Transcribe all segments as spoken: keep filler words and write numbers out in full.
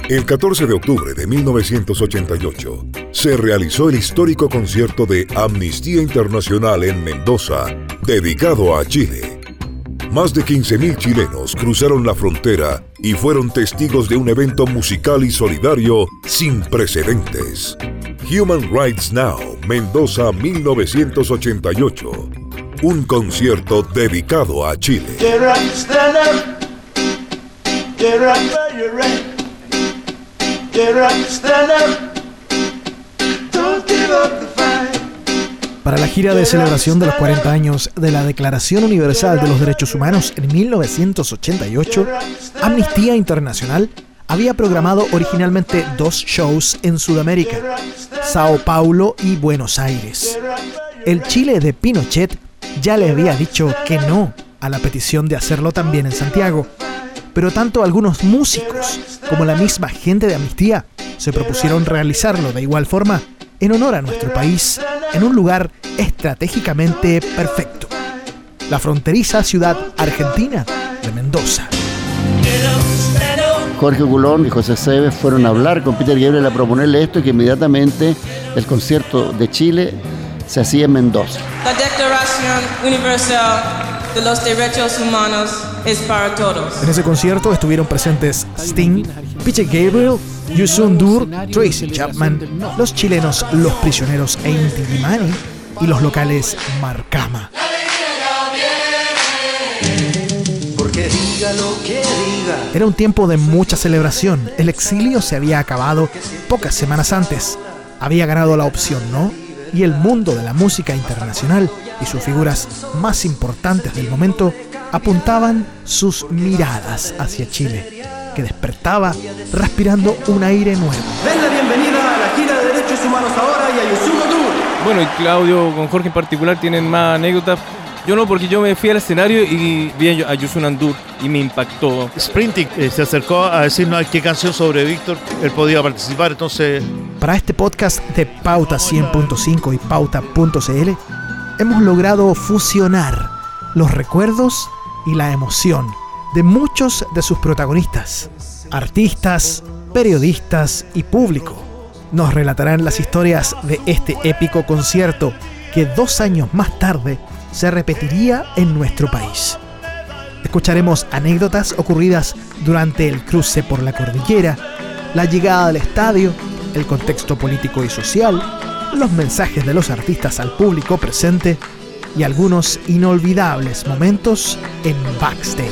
El catorce de octubre de mil novecientos ochenta y ocho se realizó el histórico concierto de Amnistía Internacional en Mendoza, dedicado a Chile. Más de quince mil chilenos cruzaron la frontera y fueron testigos de un evento musical y solidario sin precedentes. Human Rights Now, Mendoza mil novecientos ochenta y ocho. Un concierto dedicado a Chile. Para la gira de celebración de los cuarenta años de la Declaración Universal de los Derechos Humanos en mil novecientos ochenta y ocho, Amnistía Internacional había programado originalmente dos shows en Sudamérica, Sao Paulo y Buenos Aires. El Chile de Pinochet ya le había dicho que no a la petición de hacerlo también en Santiago, pero tanto algunos músicos como la misma gente de Amnistía se propusieron realizarlo de igual forma en honor a nuestro país en un lugar estratégicamente perfecto, la fronteriza ciudad argentina de Mendoza. Jorge Culón y José Seves fueron a hablar con Peter Gabriel a proponerle esto y que inmediatamente el concierto de Chile se hacía en Mendoza. La Declaración Universal de los Derechos Humanos es para todos. En ese concierto estuvieron presentes Sting, Peter Gabriel, Youssou N'Dour, Tracy Chapman, los chilenos Los Prisioneros e Inti Illimani y los locales Marcama. Porque diga lo que diga. Era un tiempo de mucha celebración. El exilio se había acabado pocas semanas antes. Había ganado la opción no, y el mundo de la música internacional y sus figuras más importantes del momento apuntaban sus miradas hacia Chile, que despertaba respirando un aire nuevo. Den la bienvenida a la gira de Derechos Humanos ahora y a Youssou N'Dour. Bueno, y Claudio con Jorge en particular tienen más anécdotas. Yo no, porque yo me fui al escenario y vi a Youssou N'Dour y me impactó. Sprinting eh, se acercó a decirnos qué canción sobre Víctor él podía participar, entonces... Para este podcast de Pauta cien punto cinco y Pauta punto c l hemos logrado fusionar los recuerdos y la emoción de muchos de sus protagonistas, artistas, periodistas y público. Nos relatarán las historias de este épico concierto que dos años más tarde se repetiría en nuestro país. Escucharemos anécdotas ocurridas durante el cruce por la cordillera, la llegada al estadio, el contexto político y social, los mensajes de los artistas al público presente y algunos inolvidables momentos en backstage.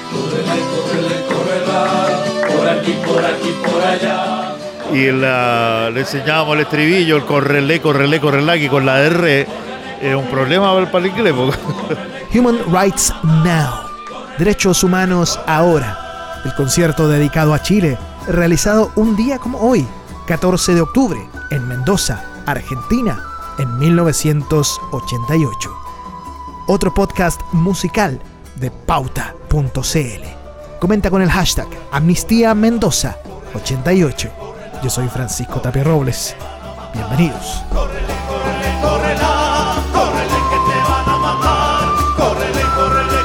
Por aquí, por aquí, por allá. Y la, le enseñábamos el estribillo, el correlé, correlé, correlá, que con la R es un problema para el inglés. Human Rights Now, Derechos Humanos Ahora, el concierto dedicado a Chile, realizado un día como hoy, catorce de octubre, en Mendoza, Argentina, en mil novecientos ochenta y ocho. Otro podcast musical de Pauta punto c l. Comenta con el hashtag Amnistía Mendoza ochenta y ocho. Yo soy Francisco Tapia Robles. Bienvenidos. Córrele, córrele, córrela, córrele que te van a matar. Córrele, córrele,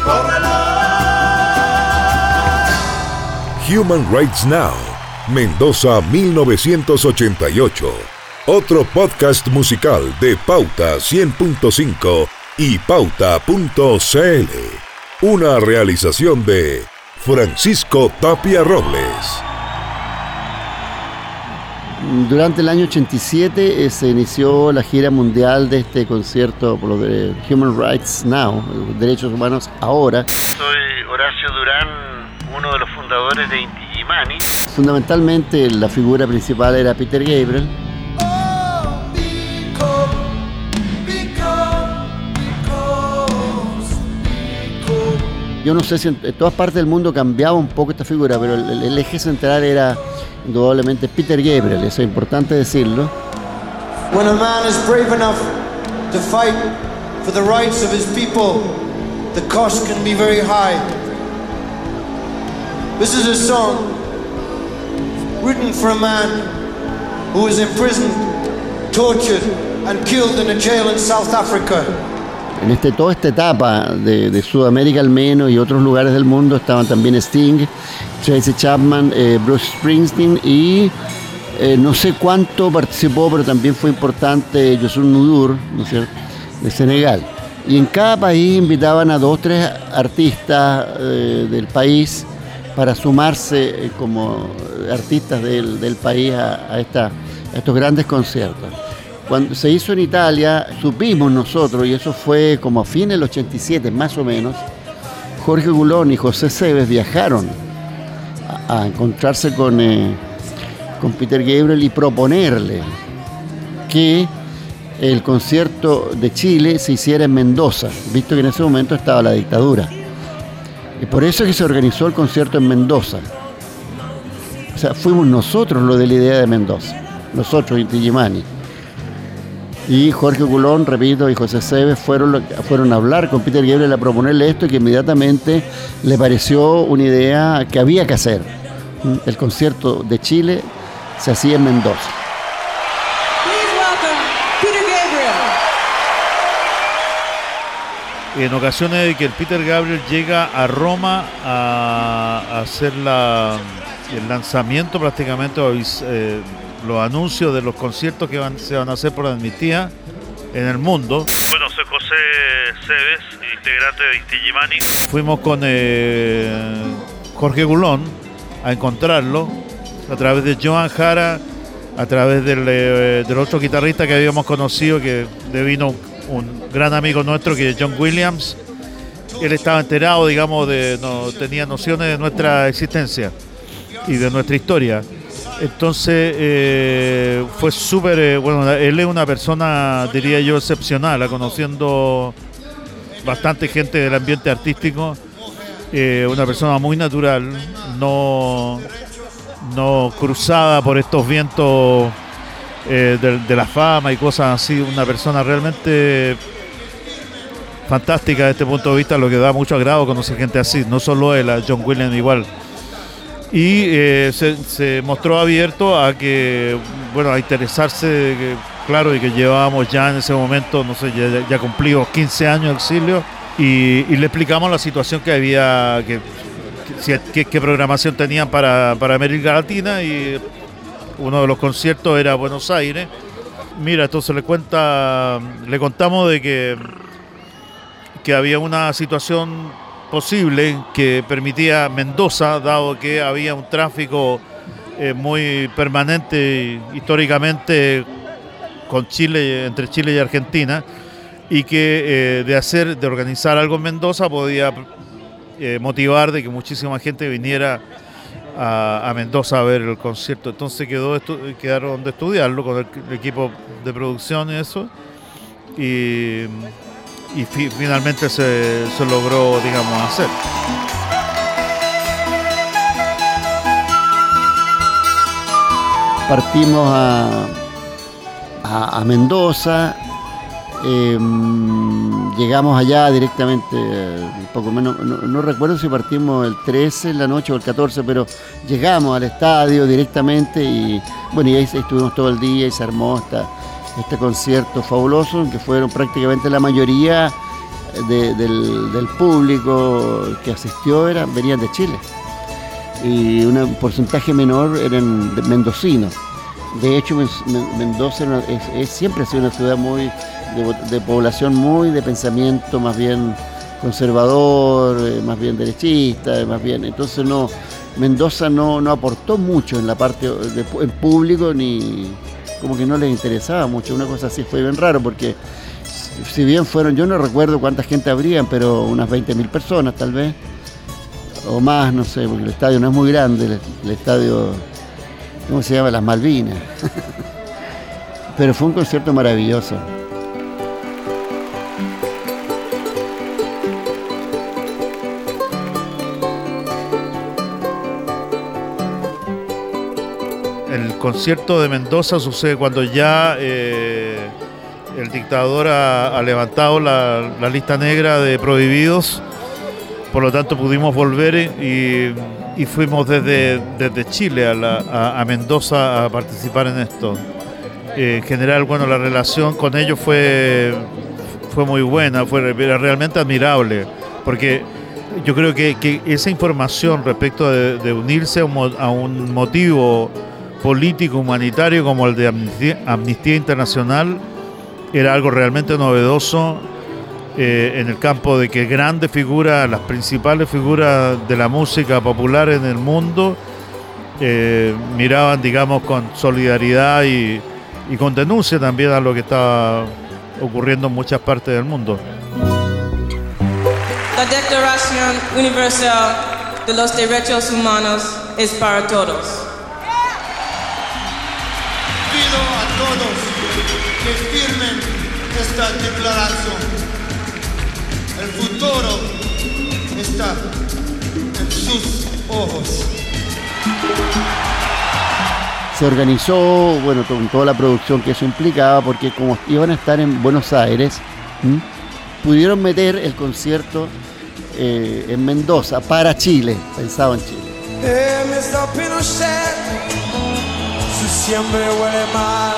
córrela. Human Rights Now, Mendoza mil novecientos ochenta y ocho. Otro podcast musical de Pauta cien punto cinco y Pauta punto c l. Una realización de Francisco Tapia Robles. Durante el año ochenta y siete eh, se inició la gira mundial de este concierto por lo de Human Rights Now, Derechos Humanos Ahora. Soy Horacio Durán, uno de los fundadores de Inti Illimani. Fundamentalmente la figura principal era Peter Gabriel. Yo no sé si en todas partes del mundo cambiaba un poco esta figura, pero el, el eje central era indudablemente Peter Gabriel, eso es importante decirlo. When a man is brave enough to fight for the rights of his people, the cost can be very high. This is a song written for a man who was imprisoned, tortured and killed in a jail in South Africa. En este, toda esta etapa de, de Sudamérica al menos y otros lugares del mundo estaban también Sting, Tracy Chapman, eh, Bruce Springsteen y eh, no sé cuánto participó, pero también fue importante Youssou N'Dour, ¿no es cierto?, de Senegal. Y en cada país invitaban a dos o tres artistas eh, del país para sumarse eh, como artistas del, del país a, a, esta, a estos grandes conciertos. Cuando se hizo en Italia, supimos nosotros, y eso fue como a fines del ochenta y siete más o menos, Jorge Goulón y José Seves viajaron a, a encontrarse con, eh, con Peter Gabriel y proponerle que el concierto de Chile se hiciera en Mendoza, visto que en ese momento estaba la dictadura. Y por eso es que se organizó el concierto en Mendoza. O sea, fuimos nosotros los de la idea de Mendoza, nosotros Inti Illimani. Y Jorge Goulón, repito, y José Seves fueron, fueron a hablar con Peter Gabriel a proponerle esto, y que inmediatamente le pareció una idea que había que hacer. El concierto de Chile se hacía en Mendoza. En ocasiones de que el Peter Gabriel llega a Roma a, a hacer la, el lanzamiento prácticamente, eh, los anuncios de los conciertos que van, se van a hacer por Amnistía en el mundo. Bueno, soy José Seves, integrante de Inti Illimani. Fuimos con eh, Jorge Goulón a encontrarlo a través de Joan Jara, a través del, eh, del otro guitarrista que habíamos conocido, que devino un gran amigo nuestro, que es John Williams. Él estaba enterado, digamos, de, no, tenía nociones de nuestra existencia y de nuestra historia. Entonces eh, fue súper, eh, bueno, él es una persona, diría yo, excepcional, conociendo bastante gente del ambiente artístico, eh, una persona muy natural, no, no cruzada por estos vientos eh, de, de la fama y cosas así, una persona realmente fantástica desde este punto de vista, lo que da mucho agrado conocer gente así, no solo él, a John Williams igual. Y eh, se, se mostró abierto a que, bueno, a interesarse, de que, claro, y que llevábamos ya en ese momento, no sé, ya, ya cumplidos quince años de exilio, y, y le explicamos la situación que había, que, que, que, que programación tenían para, para América Latina, y uno de los conciertos era Buenos Aires. Mira, entonces le cuenta, le contamos de que, que había una situación posible que permitía Mendoza, dado que había un tráfico eh, muy permanente históricamente con Chile, entre Chile y Argentina, y que eh, de hacer, de organizar algo en Mendoza podía eh, motivar de que muchísima gente viniera a, a Mendoza a ver el concierto. Entonces quedó estu- quedaron de estudiarlo con el, el equipo de producción y eso, y y fi- finalmente se, se logró, digamos, hacer. Partimos a, a, a Mendoza, eh, llegamos allá directamente, eh, un poco menos, no, no recuerdo si partimos el trece en la noche o el catorce, pero llegamos al estadio directamente y bueno, y ahí estuvimos todo el día y se armó esta... este concierto fabuloso, que fueron prácticamente la mayoría de, del, del público que asistió era, venían de Chile, y un porcentaje menor eran mendocinos. De hecho, Mendoza es, es, siempre ha sido una ciudad muy de, de población muy de pensamiento más bien conservador, más bien derechista, más bien, entonces no, Mendoza no, no aportó mucho en la parte de, en público, ni como que no les interesaba mucho, una cosa así. Fue bien raro porque si bien fueron, yo no recuerdo cuánta gente habrían, pero unas veinte mil personas tal vez, o más, no sé, porque el estadio no es muy grande, el, el estadio, ¿cómo se llama? Las Malvinas. Pero fue un concierto maravilloso. El concierto de Mendoza sucede cuando ya eh, el dictador ha, ha levantado la, la lista negra de prohibidos, por lo tanto pudimos volver y, y fuimos desde, desde Chile a, la, a, a Mendoza a participar en esto. Eh, en general, bueno, la relación con ellos fue, fue muy buena, fue realmente admirable, porque yo creo que, que esa información respecto de, de unirse a un, a un motivo político, humanitario como el de Amnistía, Amnistía Internacional era algo realmente novedoso eh, en el campo de que grandes figuras, las principales figuras de la música popular en el mundo eh, miraban, digamos, con solidaridad y, y con denuncia también a lo que estaba ocurriendo en muchas partes del mundo. La Declaración Universal de los Derechos Humanos es para todos. Pido a todos que firmen esta declaración. El futuro está en sus ojos. Se organizó, bueno, con toda la producción que eso implicaba, porque como iban a estar en Buenos Aires, ¿m? pudieron meter el concierto eh, en Mendoza para Chile, pensado en Chile. Eh, mister Pinochet, si siempre huele mal,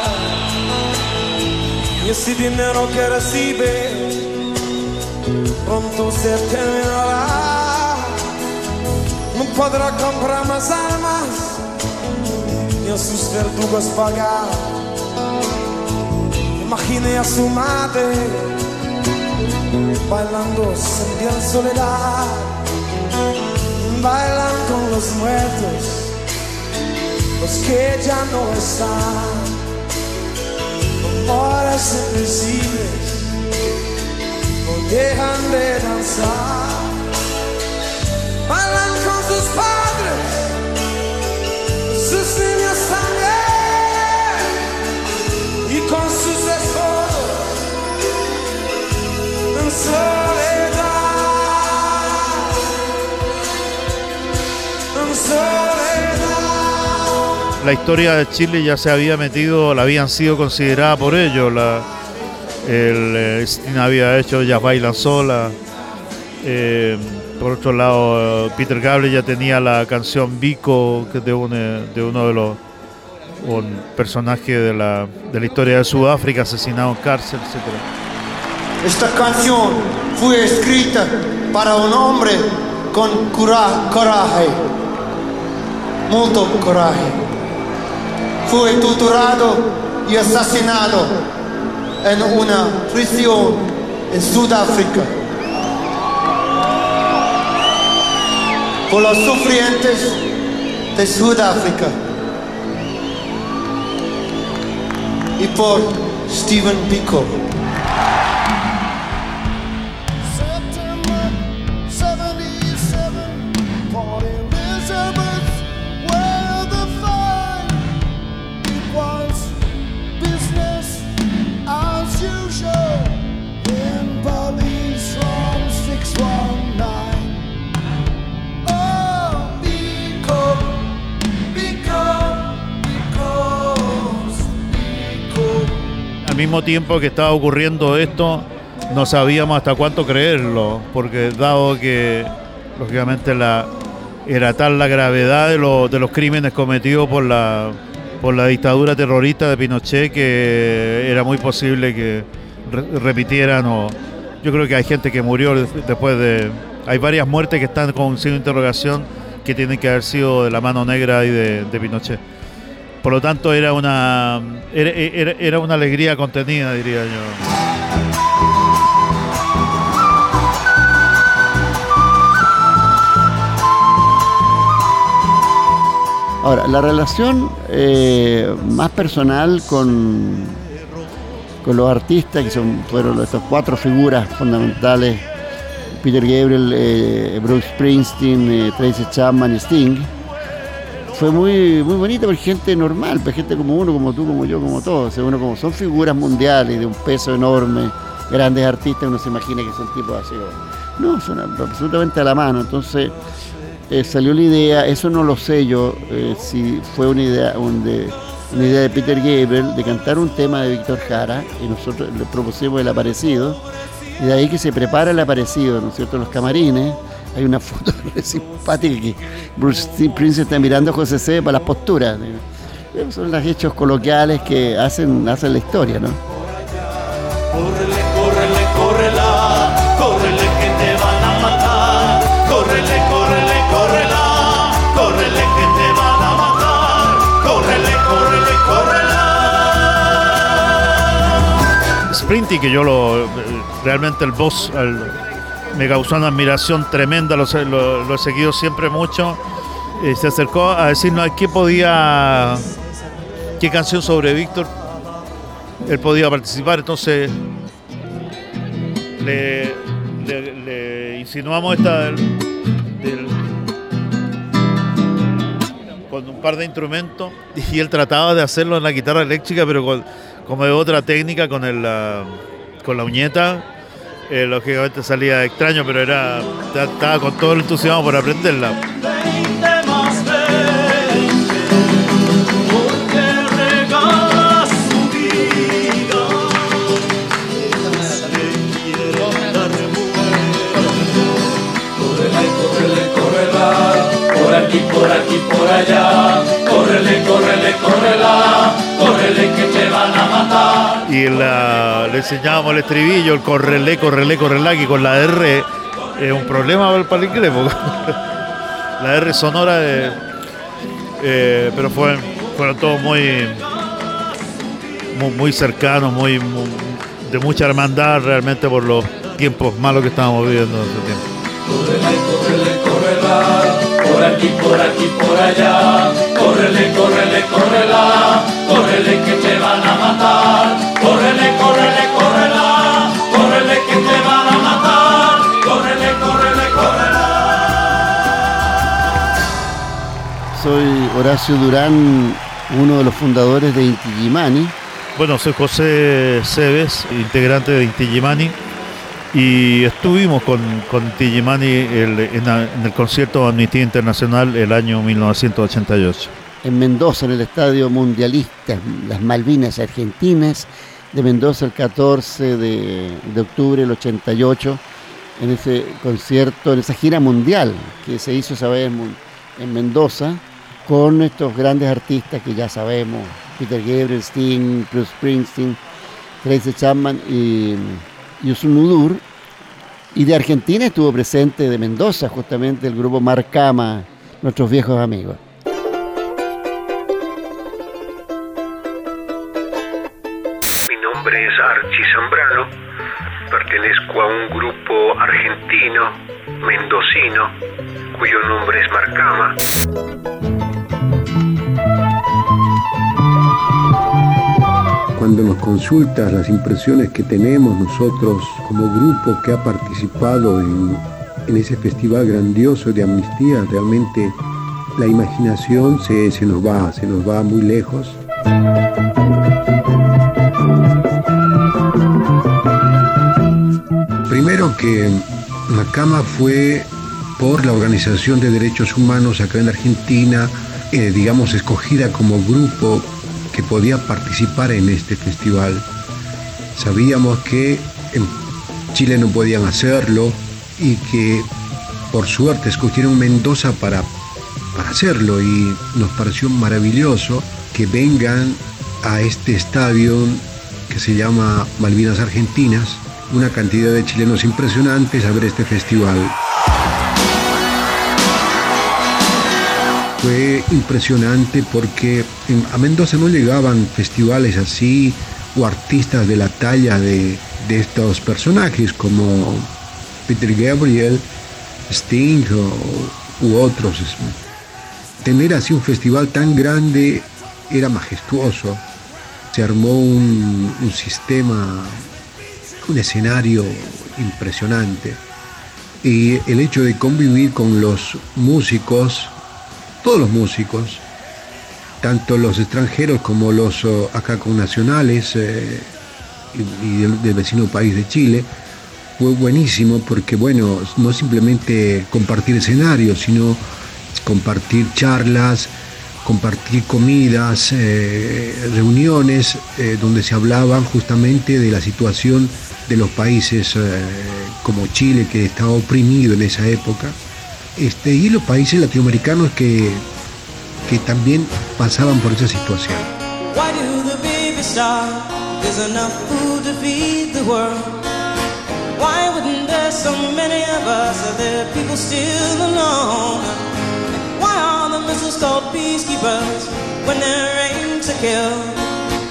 y ese dinero que recibe pronto se terminará. No podrá comprar más armas ni a sus verdugos pagar. Imagine a su madre bailando en soledad, bailan con los muertos, los que ya no están, amores invisibles, no dejan de danzar, bailan con sus padres, sus niños también, y con sus esposos en soledad, en soledad. La historia de Chile ya se había metido, la habían sido considerada por ellos. La, el eh, Sting había hecho Ellas Bailan Sola. Eh, por otro lado, Peter Gabriel ya tenía la canción Vico, que es de, un, de uno de los un personaje de la, de la historia de Sudáfrica, asesinado en cárcel, etcétera. Esta canción fue escrita para un hombre con cura- coraje, mucho coraje. Fue torturado y asesinado en una prisión en Sudáfrica. Por los sufrientes de Sudáfrica y por Stephen Biko. Al mismo tiempo que estaba ocurriendo esto, no sabíamos hasta cuánto creerlo, porque dado que lógicamente la, era tal la gravedad de, lo, de los crímenes cometidos por la, por la dictadura terrorista de Pinochet, que era muy posible que re, repitieran. O yo creo que hay gente que murió después de... Hay varias muertes que están con signo de interrogación que tienen que haber sido de la mano negra y de, de Pinochet. Por lo tanto, era una, era, era, era una alegría contenida, diría yo. Ahora, la relación eh, más personal con, con los artistas, que son, fueron estas cuatro figuras fundamentales, Peter Gabriel, eh, Bruce Springsteen, eh, Tracy Chapman y Sting, fue muy, muy bonito porque gente normal, pues gente como uno, como tú, como yo, como todos. O sea, uno como son figuras mundiales de un peso enorme, grandes artistas, uno se imagina que son tipos así. No, son absolutamente a la mano. Entonces eh, salió la idea, eso no lo sé yo, eh, si fue una idea, un de, una idea de Peter Gabriel de cantar un tema de Víctor Jara, y nosotros le propusimos El Aparecido, y de ahí que se prepara El Aparecido, ¿no es cierto?, en los camarines. Hay una foto simpática que Bruce Springsteen está mirando a José C. para las posturas. Son los hechos coloquiales que hacen, hacen la historia, ¿no? Córrele, córrele, córrela, córrele que te van a matar. Springsteen, que yo lo realmente el voz el, me causó una admiración tremenda, lo, lo, lo he seguido siempre mucho. Eh, se acercó a decirnos qué podía, qué canción sobre Víctor él podía participar, entonces le, le, le insinuamos esta del, del, con un par de instrumentos y él trataba de hacerlo en la guitarra eléctrica, pero con, como de otra técnica, con, el, la, con la uñeta. Eh, lógicamente salía extraño, pero era estaba con todo el entusiasmo por aprenderla. Por aquí, por aquí, por allá, córrele, córrele, córrela, córrele que te van a matar. Y la, le enseñábamos el estribillo, el correle, correle, correla, que con la R es un problema para el inglés, la R sonora, de, eh, pero fue, fueron todos muy, muy, muy cercanos, muy, muy, de mucha hermandad realmente por los tiempos malos que estábamos viviendo en ese tiempo. Córrele, córrele, córrela, por aquí, por aquí, por allá, córrele, córrele, córrela, córrele que te van a matar, córrele, córrele, córrela, córrele que te van a matar, córrele, córrele, córrela. Soy Horacio Durán, uno de los fundadores de Inti Illimani. Bueno, soy José Cebes, integrante de Inti Illimani. Y estuvimos con, con Inti Illimani el, en, en el concierto de Amnistía Internacional el año mil novecientos ochenta y ocho. En Mendoza, en el Estadio Mundialista, las Malvinas Argentinas de Mendoza, el catorce de octubre del ochenta y ocho, en ese concierto, en esa gira mundial que se hizo esa vez en Mendoza, con estos grandes artistas que ya sabemos, Peter Gabriel, Sting, Bruce Springsteen, Tracy Chapman y... Youssou N'Dour, y de Argentina estuvo presente de Mendoza justamente el grupo Marcama, nuestros viejos amigos. Mi nombre es Archie Zambrano, pertenezco a un grupo argentino, mendocino, cuyo nombre es Marcama. Cuando nos consultas las impresiones que tenemos nosotros como grupo que ha participado en, en ese festival grandioso de Amnistía, realmente la imaginación se, se nos va, se nos va muy lejos. Primero que Marcama fue por la Organización de Derechos Humanos acá en Argentina, eh, digamos, escogida como grupo que podía participar en este festival. Sabíamos que en Chile no podían hacerlo y que por suerte escogieron Mendoza para, para hacerlo, y nos pareció maravilloso que vengan a este estadio que se llama Malvinas Argentinas, una cantidad de chilenos impresionantes a ver este festival. Fue impresionante porque a Mendoza no llegaban festivales así o artistas de la talla de, de estos personajes como Peter Gabriel, Sting o, u otros. Tener así un festival tan grande era majestuoso. Se armó un, un sistema, un escenario impresionante. Y el hecho de convivir con los músicos, todos los músicos, tanto los extranjeros como los uh, acá connacionales eh, y, y del, del vecino país de Chile, fue buenísimo porque, bueno, no simplemente compartir escenarios, sino compartir charlas, compartir comidas, eh, reuniones eh, donde se hablaban justamente de la situación de los países eh, como Chile, que estaba oprimido en esa época. Este, y los países latinoamericanos que, que también pasaban por esa situación. Why do the baby starve? There's enough food to feed the world. Why wouldn't there so many of us? Are there people still alone? Why are the missiles called peacekeepers when there ain't to kill?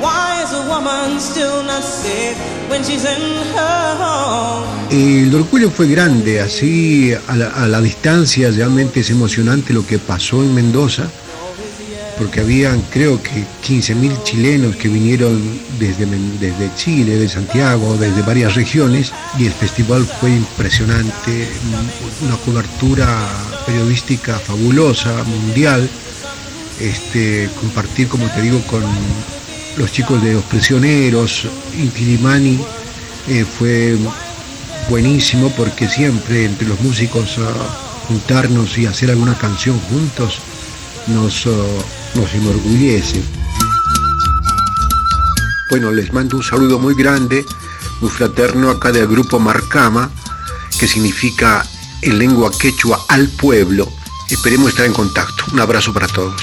Why is a woman still not safe when she's in her home? El orgullo fue grande, así a la, a la distancia realmente es emocionante lo que pasó en Mendoza, porque habían creo que quince mil chilenos que vinieron desde, desde Chile, de Santiago, desde varias regiones, y el festival fue impresionante, una cobertura periodística fabulosa, mundial, este, compartir, como te digo, con los chicos de Los Prisioneros, Inti Illimani, eh, fue buenísimo porque siempre entre los músicos uh, juntarnos y hacer alguna canción juntos nos, uh, nos enorgullece. Bueno, les mando un saludo muy grande, muy fraterno acá del grupo Marcama, que significa en lengua quechua al pueblo. Esperemos estar en contacto. Un abrazo para todos.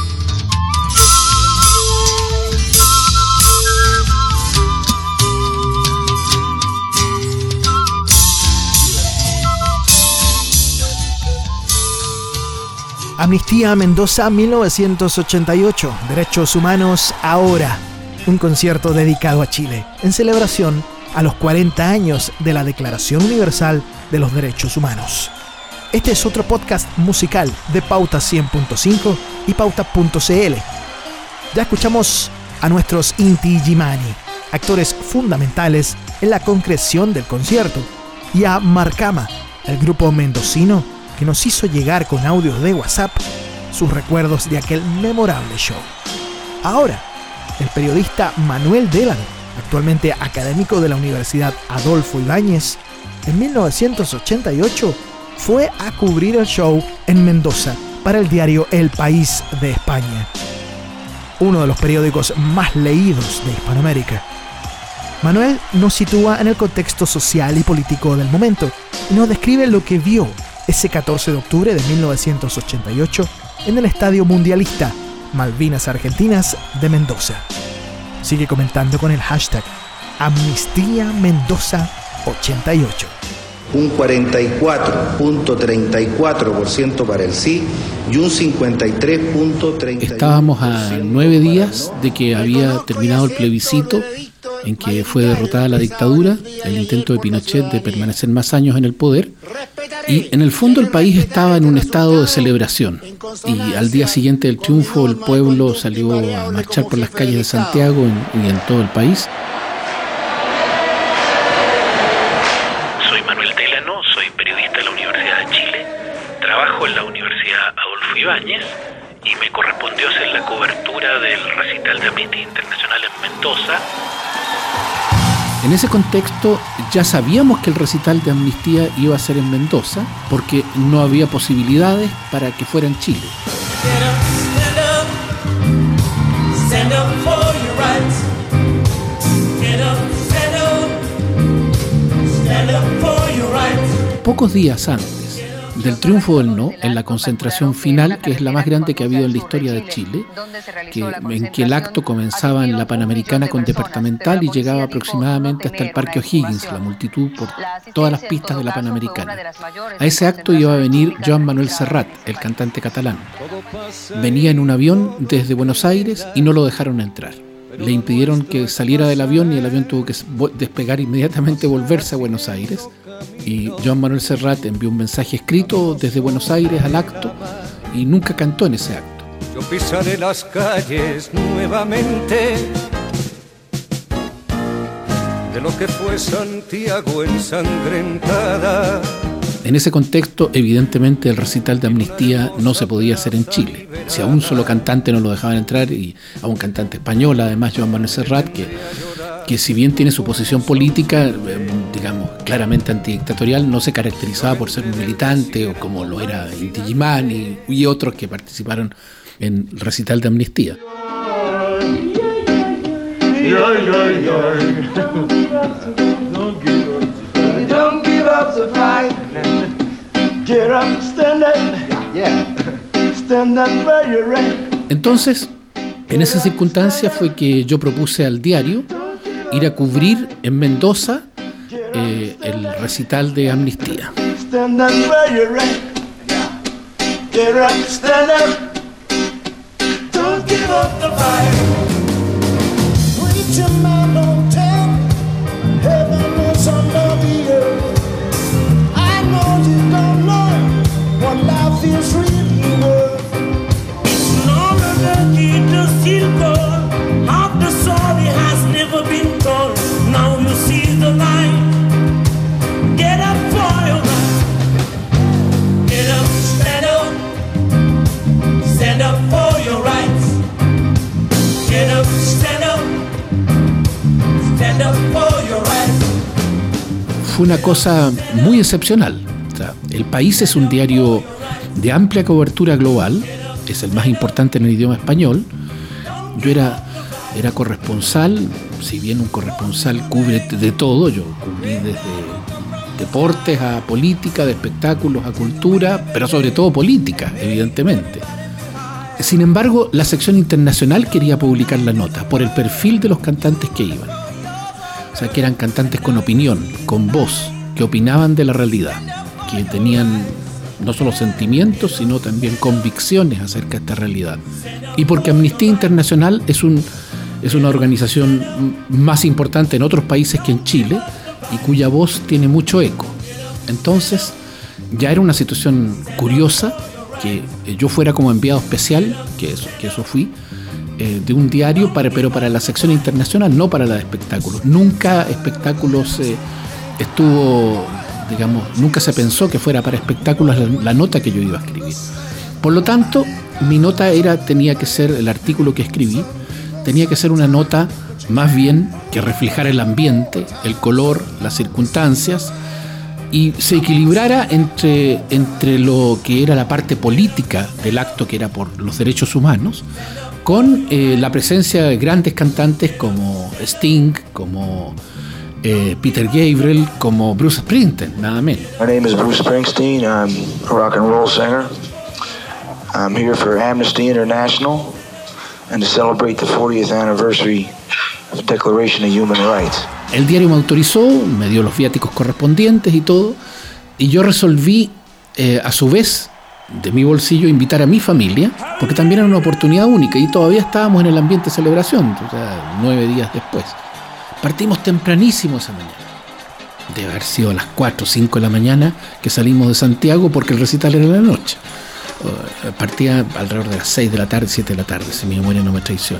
Amnistía Mendoza mil novecientos ochenta y ocho, Derechos Humanos Ahora, un concierto dedicado a Chile, en celebración a los cuarenta años de la Declaración Universal de los Derechos Humanos. Este es otro podcast musical de Pauta cien punto cinco y Pauta punto cl. Ya escuchamos a nuestros Inti Illimani, actores fundamentales en la concreción del concierto, y a Marcama, el grupo mendocino que nos hizo llegar con audios de WhatsApp sus recuerdos de aquel memorable show. Ahora, el periodista Manuel Delano, actualmente académico de la Universidad Adolfo Ibáñez, en mil novecientos ochenta y ocho fue a cubrir el show en Mendoza para el diario El País de España, uno de los periódicos más leídos de Hispanoamérica. Manuel nos sitúa en el contexto social y político del momento y nos describe lo que vio ese catorce de octubre de mil novecientos ochenta y ocho en el Estadio Mundialista Malvinas Argentinas de Mendoza. Sigue comentando con el hashtag Amnistía Mendoza ochenta y ocho. Un cuarenta y cuatro punto treinta y cuatro por ciento para el sí y un cincuenta y tres punto treinta y uno por ciento. Estábamos a nueve días de que había terminado el plebiscito en que fue derrotada la dictadura, el intento de Pinochet de permanecer más años en el poder, y en el fondo el país estaba en un estado de celebración, y al día siguiente del triunfo el pueblo salió a marchar por las calles de Santiago y en todo el país. Soy Manuel Delano, soy periodista de la Universidad de Chile, trabajo en la Universidad Adolfo Ibáñez y me correspondió hacer la cobertura del recital de Amnistía Internacional en Mendoza. En ese contexto ya sabíamos que el recital de Amnistía iba a ser en Mendoza porque no había posibilidades para que fuera en Chile. Pocos días antes del triunfo del no, en la concentración final, que es la más grande que ha habido en la historia de Chile, que, en que el acto comenzaba en la Panamericana con Departamental y llegaba aproximadamente hasta el Parque O'Higgins, la multitud por todas las pistas de la Panamericana. A ese acto iba a venir Joan Manuel Serrat, el cantante catalán. Venía en un avión desde Buenos Aires y no lo dejaron entrar. Le impidieron que saliera del avión y el avión tuvo que despegar inmediatamente, volverse a Buenos Aires. Y Joan Manuel Serrat envió un mensaje escrito desde Buenos Aires al acto y nunca cantó en ese acto. Yo pisaré las calles nuevamente de lo que fue Santiago ensangrentada. En ese contexto, evidentemente, el recital de Amnistía no se podía hacer en Chile. Si a un solo cantante no lo dejaban entrar, y a un cantante español, además, Joan Manuel Serrat, que, que si bien tiene su posición política, eh, digamos, claramente antidictatorial, no se caracterizaba por ser un militante, o como lo era Inti Illimani y otros que participaron en el recital de Amnistía. Don't give up the fight. Get up, stand up. Yeah. Stand up where you're at. Entonces, en esa circunstancia fue que yo propuse al diario ir a cubrir en Mendoza eh, el recital de Amnistía. Stand up where you're at. Get up, stand up. Don't give up the fight. your mind on ten. Heaven is under the earth. I know you don't know what life is really worth. It's not a key to steal gold. Half the story has never been told. Now you see the light. Get up for your life. Get up, stand up. Stand up for your rights. Get up, stand up. Stand up for your rights. Fue una cosa muy excepcional. O sea, El País es un diario de amplia cobertura global, es el más importante en el idioma español. Yo era, era corresponsal, si bien un corresponsal cubre de todo, yo cubrí desde deportes a política, de espectáculos a cultura, pero sobre todo política, evidentemente. Sin embargo, la sección internacional quería publicar la nota por el perfil de los cantantes que iban. O sea, que eran cantantes con opinión, con voz, que opinaban de la realidad, que tenían no solo sentimientos, sino también convicciones acerca de esta realidad. Y porque Amnistía Internacional es, un, es una organización más importante en otros países que en Chile y cuya voz tiene mucho eco. Entonces, ya era una situación curiosa que yo fuera como enviado especial, que eso, que eso fui, eh, de un diario, para, pero para la sección internacional, no para la de espectáculos. Nunca espectáculos eh, estuvo, digamos, nunca se pensó que fuera para espectáculos la, la nota que yo iba a escribir. Por lo tanto, mi nota era, tenía que ser, el artículo que escribí, tenía que ser una nota más bien que reflejara el ambiente, el color, las circunstancias, y se equilibrara entre, entre lo que era la parte política del acto, que era por los derechos humanos, con eh, la presencia de grandes cantantes como Sting, como eh, Peter Gabriel, como Bruce Springsteen, nada menos. My name is Bruce Springsteen. I'm a rock and roll singer. I'm here for Amnesty International and to celebrate the fortieth anniversary of the Declaration of Human Rights. El diario me autorizó, me dio los viáticos correspondientes y todo, y yo resolví, eh, a su vez, de mi bolsillo, invitar a mi familia, porque también era una oportunidad única, y todavía estábamos en el ambiente de celebración, o sea, nueve días después. Partimos tempranísimo esa mañana. Debe haber sido a las cuatro o cinco de la mañana que salimos de Santiago, porque el recital era en la noche. Partía alrededor de las seis de la tarde, siete de la tarde, si mi memoria no me traiciona.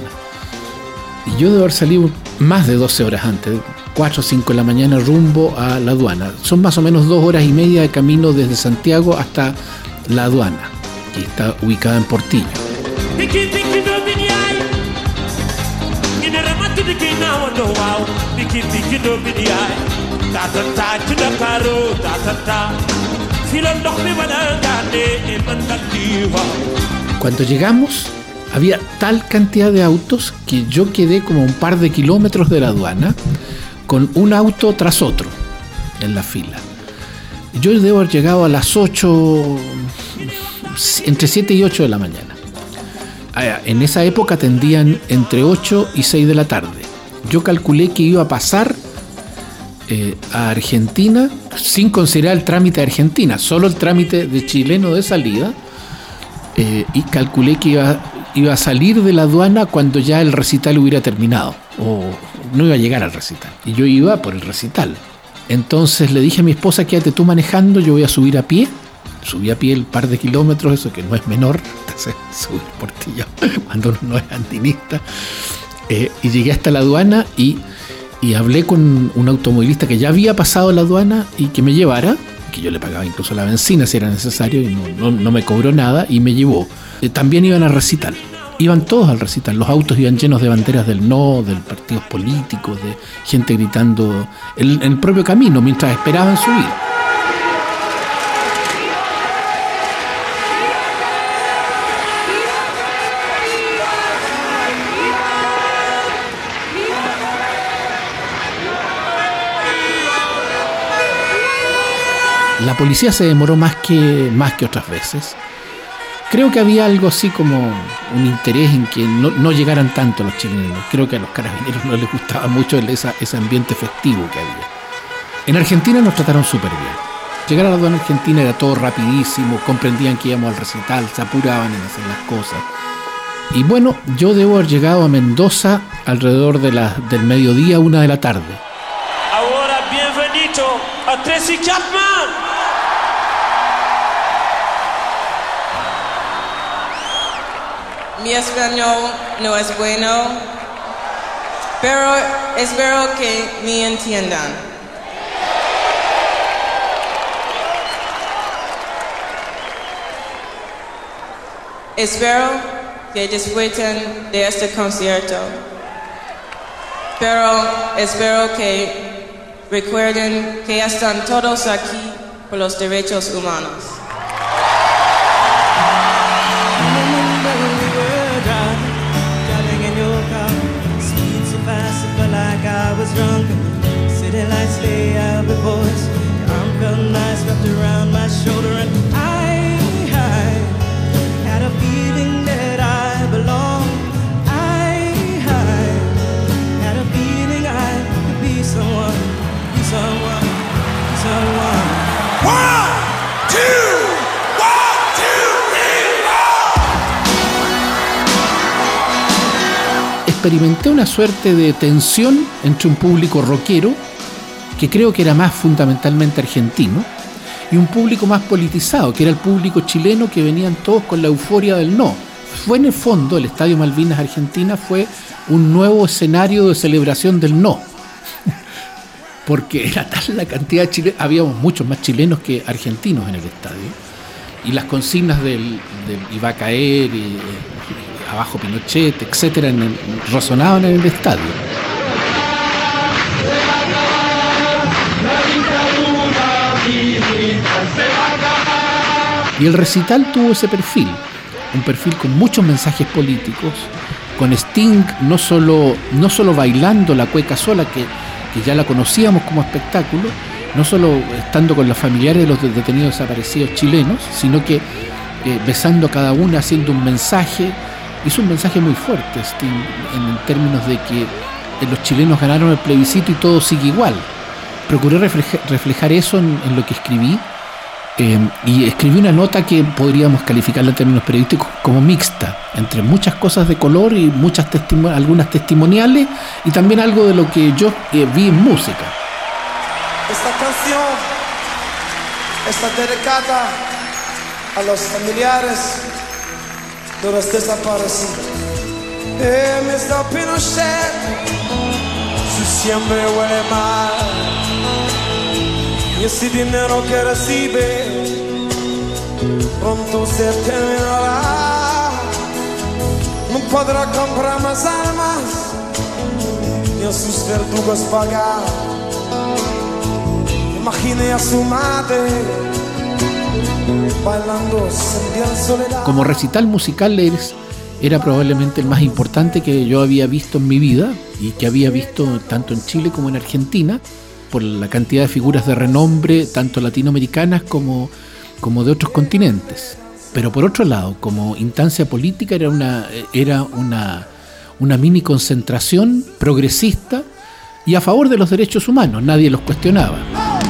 Y yo debo haber salido más de doce horas antes, cuatro o cinco de la mañana, rumbo a la aduana. Son más o menos dos horas y media de camino desde Santiago hasta la aduana, que está ubicada en Portillo. Cuando llegamos, había tal cantidad de autos que yo quedé como un par de kilómetros de la aduana con un auto tras otro en la fila. Yo debo haber llegado a las ocho, entre siete y ocho de la mañana. En esa época atendían entre ocho y seis de la tarde. Yo calculé que iba a pasar eh, a Argentina sin considerar el trámite de Argentina, solo el trámite de chileno de salida, eh, y calculé que iba iba a salir de la aduana cuando ya el recital hubiera terminado, o no iba a llegar al recital, y yo iba por el recital. Entonces le dije a mi esposa: quédate tú manejando, yo voy a subir a pie. Subí a pie el par de kilómetros, eso que no es menor, entonces subí Portillo cuando uno no es andinista, eh, y llegué hasta la aduana y, y hablé con un automovilista que ya había pasado la aduana y que me llevara, que yo le pagaba incluso la benzina si era necesario, y no, no, no me cobró nada, y me llevó. Eh, también iban al recital, iban todos al recital, los autos iban llenos de banderas del no, de partidos políticos, de gente gritando en, en el propio camino mientras esperaban subir. La policía se demoró más que, más que otras veces. Creo que había algo así como un interés en que no, no llegaran tanto los chilenos. Creo que a los carabineros no les gustaba mucho esa, ese ambiente festivo que había. En Argentina nos trataron súper bien. Llegar a la aduana argentina era todo rapidísimo, comprendían que íbamos al recital, se apuraban en hacer las cosas. Y bueno, yo debo haber llegado a Mendoza alrededor de la, del mediodía, una de la tarde. Ahora, bienvenido a Tracy Chapman. Mi español no es bueno, pero espero que me entiendan. Espero que disfruten de este concierto, pero espero que recuerden que están todos aquí por los derechos humanos. City lights lay out before us. Your arm felt nice wrapped around my shoulder, and I, I had a feeling that I belonged. I, I had a feeling I could be someone, be someone, be someone. One, two, one, two, three, four. Experimenté una suerte de tensión entre un público rockero, que creo que era más fundamentalmente argentino, y un público más politizado, que era el público chileno, que venían todos con la euforia del no. Fue en el fondo, el Estadio Malvinas Argentina fue un nuevo escenario de celebración del no, porque era tal la cantidad de chilenos, habíamos muchos más chilenos que argentinos en el estadio, y las consignas del, del iba a caer, y, y abajo Pinochet, etcétera, en el, resonaban en el estadio. Y el recital tuvo ese perfil, un perfil con muchos mensajes políticos, con Sting no solo, no solo bailando la cueca sola, que, que ya la conocíamos como espectáculo, no solo estando con los familiares de los detenidos desaparecidos chilenos, sino que eh, besando a cada una, haciendo un mensaje. Hizo un mensaje muy fuerte, Sting, en términos de que eh, los chilenos ganaron el plebiscito y todo sigue igual. Procuré reflejar, reflejar eso en, en lo que escribí, eh, y escribí una nota que podríamos calificarla en términos periodísticos como mixta, entre muchas cosas de color y muchas testimo- algunas testimoniales, y también algo de lo que yo eh, vi en música. Esta canción está dedicada a los familiares de los desaparecidos. Eh, mister Pinochet, su siempre huele mal, y ese dinero que recibe pronto se terminará. No podrá comprar más armas ni a sus verdugos pagar. Imagine a su madre bailando en soledad. Como recital musical es, era probablemente el más importante que yo había visto en mi vida, y que había visto tanto en Chile como en Argentina, por la cantidad de figuras de renombre, tanto latinoamericanas como, como de otros continentes. Pero por otro lado, como instancia política, era una, era una, una mini concentración progresista y a favor de los derechos humanos, nadie los cuestionaba.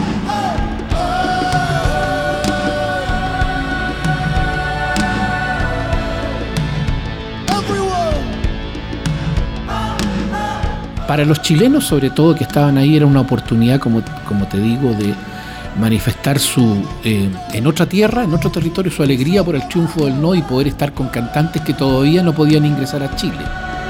Para los chilenos, sobre todo, que estaban ahí, era una oportunidad, como, como te digo, de manifestar su eh, en otra tierra, en otro territorio, su alegría por el triunfo del no, y poder estar con cantantes que todavía no podían ingresar a Chile.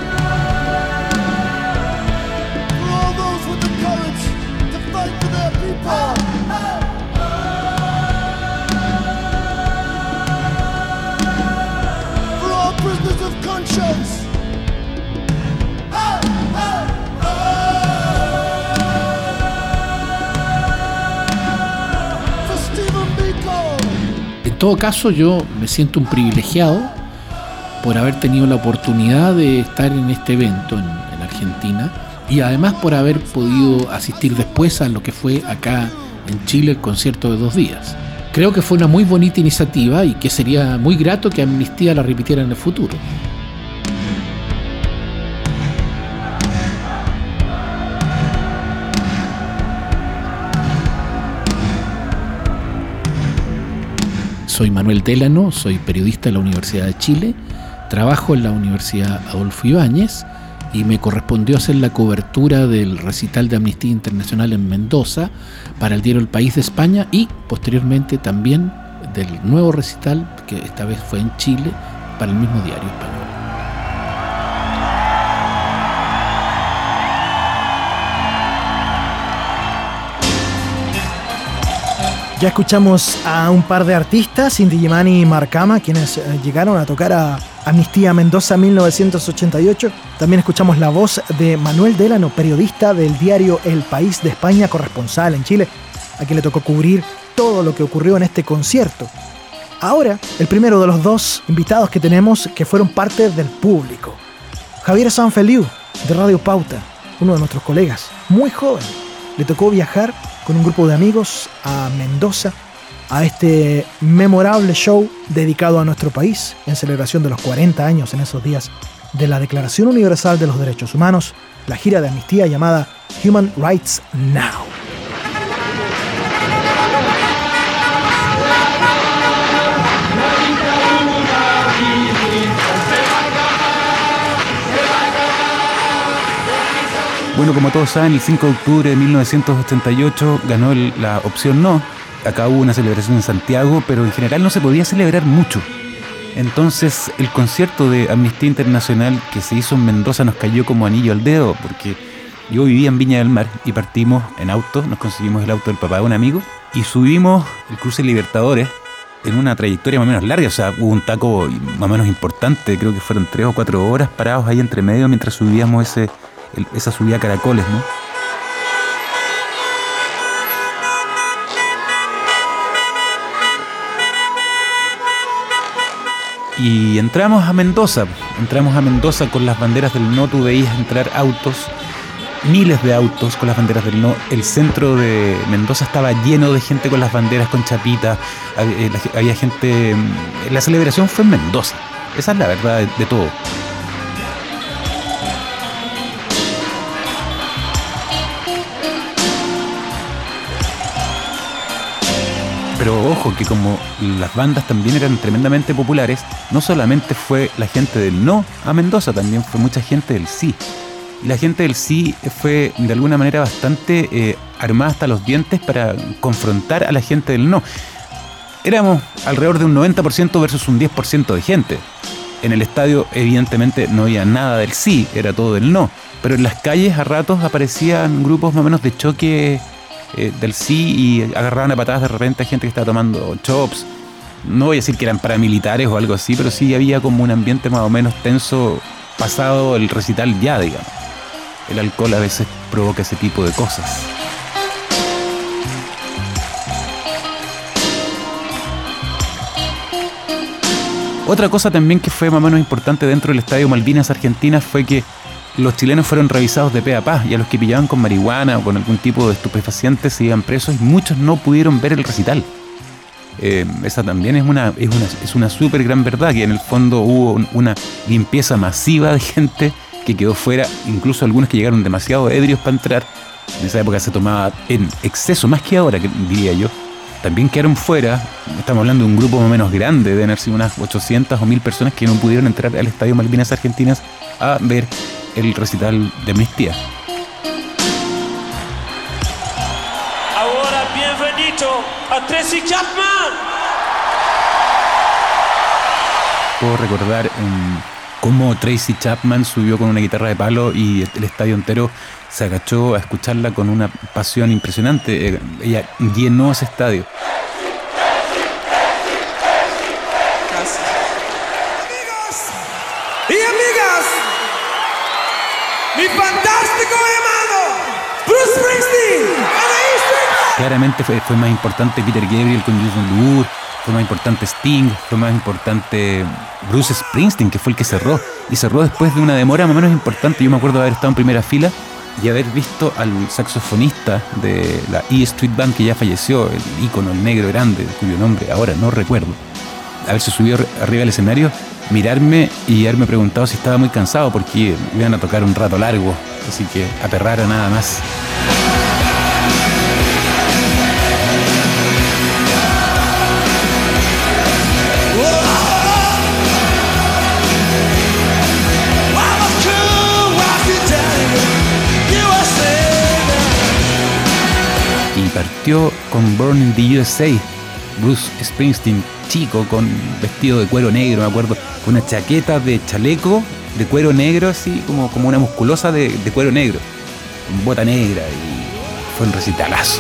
En todo caso, yo me siento un privilegiado por haber tenido la oportunidad de estar en este evento en, en Argentina, y además por haber podido asistir después a lo que fue acá en Chile el concierto de dos días. Creo que fue una muy bonita iniciativa y que sería muy grato que Amnistía la repitiera en el futuro. Soy Manuel Delano, soy periodista de la Universidad de Chile trabajo en la Universidad Adolfo Ibáñez y me correspondió hacer la cobertura del recital de Amnistía Internacional en Mendoza para el diario El País de España y posteriormente también del nuevo recital, que esta vez fue en Chile, para el mismo diario español. Ya escuchamos a un par de artistas, Inti Illimani y Marcama, quienes eh, llegaron a tocar a Amnistía Mendoza mil novecientos ochenta y ocho. También escuchamos la voz de Manuel Delano, periodista del diario El País de España, corresponsal en Chile, a quien le tocó cubrir todo lo que ocurrió en este concierto. Ahora, el primero de los dos invitados que tenemos que fueron parte del público. Javier Sanfeliu, de Radio Pauta, uno de nuestros colegas, muy joven. Le tocó viajar con un grupo de amigos a Mendoza, a este memorable show dedicado a nuestro país en celebración de los cuarenta años en esos días de la Declaración Universal de los Derechos Humanos, la gira de amnistía llamada Human Rights Now. Bueno, como todos saben, el cinco de octubre de mil novecientos ochenta y ocho ganó el, la opción no. Acá hubo una celebración en Santiago, pero en general no se podía celebrar mucho. Entonces, el concierto de Amnistía Internacional que se hizo en Mendoza nos cayó como anillo al dedo, porque yo vivía en Viña del Mar y partimos en auto, nos conseguimos el auto del papá de un amigo y subimos el cruce Libertadores en una trayectoria más o menos larga, o sea, hubo un taco más o menos importante, creo que fueron tres o cuatro horas parados ahí entre medio mientras subíamos ese... El, esa subida a Caracoles, ¿no? Y entramos a Mendoza, entramos a Mendoza con las banderas del no, tú veías entrar autos, miles de autos con las banderas del no, el centro de Mendoza estaba lleno de gente con las banderas, con chapitas, había, había gente, la celebración fue en Mendoza, esa es la verdad de, de todo. Pero ojo que como las bandas también eran tremendamente populares, no solamente fue la gente del no a Mendoza, también fue mucha gente del sí. Y la gente del sí fue de alguna manera bastante eh, armada hasta los dientes para confrontar a la gente del no. Éramos alrededor de un noventa por ciento versus un diez por ciento de gente. En el estadio evidentemente no había nada del sí, era todo del no. Pero en las calles a ratos aparecían grupos más o menos de choque eh, del sí y agarraban a patadas de repente a gente que estaba tomando chops. No voy a decir que eran paramilitares o algo así, pero sí había como un ambiente más o menos tenso pasado el recital ya, digamos. El alcohol a veces provoca ese tipo de cosas. Otra cosa también que fue más o menos importante dentro del Estadio Malvinas Argentinas fue que los chilenos fueron revisados de pe a pa y a los que pillaban con marihuana o con algún tipo de estupefacientes se iban presos y muchos no pudieron ver el recital. Eh, esa también es una es una es una súper gran verdad, que en el fondo hubo un, una limpieza masiva de gente que quedó fuera, incluso algunos que llegaron demasiado ebrios para entrar. En esa época se tomaba en exceso, más que ahora, que diría yo. También quedaron fuera, estamos hablando de un grupo más o menos grande, de haber sido unas ochocientas o mil personas que no pudieron entrar al Estadio Malvinas Argentinas a ver el recital de Amnistía. Ahora bienvenido a Tracy Chapman. Puedo recordar um, cómo Tracy Chapman subió con una guitarra de palo y el estadio entero se agachó a escucharla con una pasión impresionante. Eh, ella llenó ese estadio. Y amigas, mi fantástico hermano Bruce Springsteen. Claramente fue, fue más importante Peter Gabriel con Jason Derulo, fue más importante Sting, fue más importante Bruce Springsteen, que fue el que cerró. Y cerró después de una demora más o menos importante. Yo me acuerdo de haber estado en primera fila y haber visto al saxofonista de la E Street Band, que ya falleció, el ícono, el negro grande, cuyo nombre ahora no recuerdo, haberse subido arriba del escenario, mirarme y haberme preguntado si estaba muy cansado, porque iban a tocar un rato largo, así que a perrar a nada más. partió con Born in the U S A. Bruce Springsteen, chico, con vestido de cuero negro, me acuerdo, con una chaqueta de chaleco de cuero negro, así como, como una musculosa de, de cuero negro, con bota negra, y fue un recitalazo.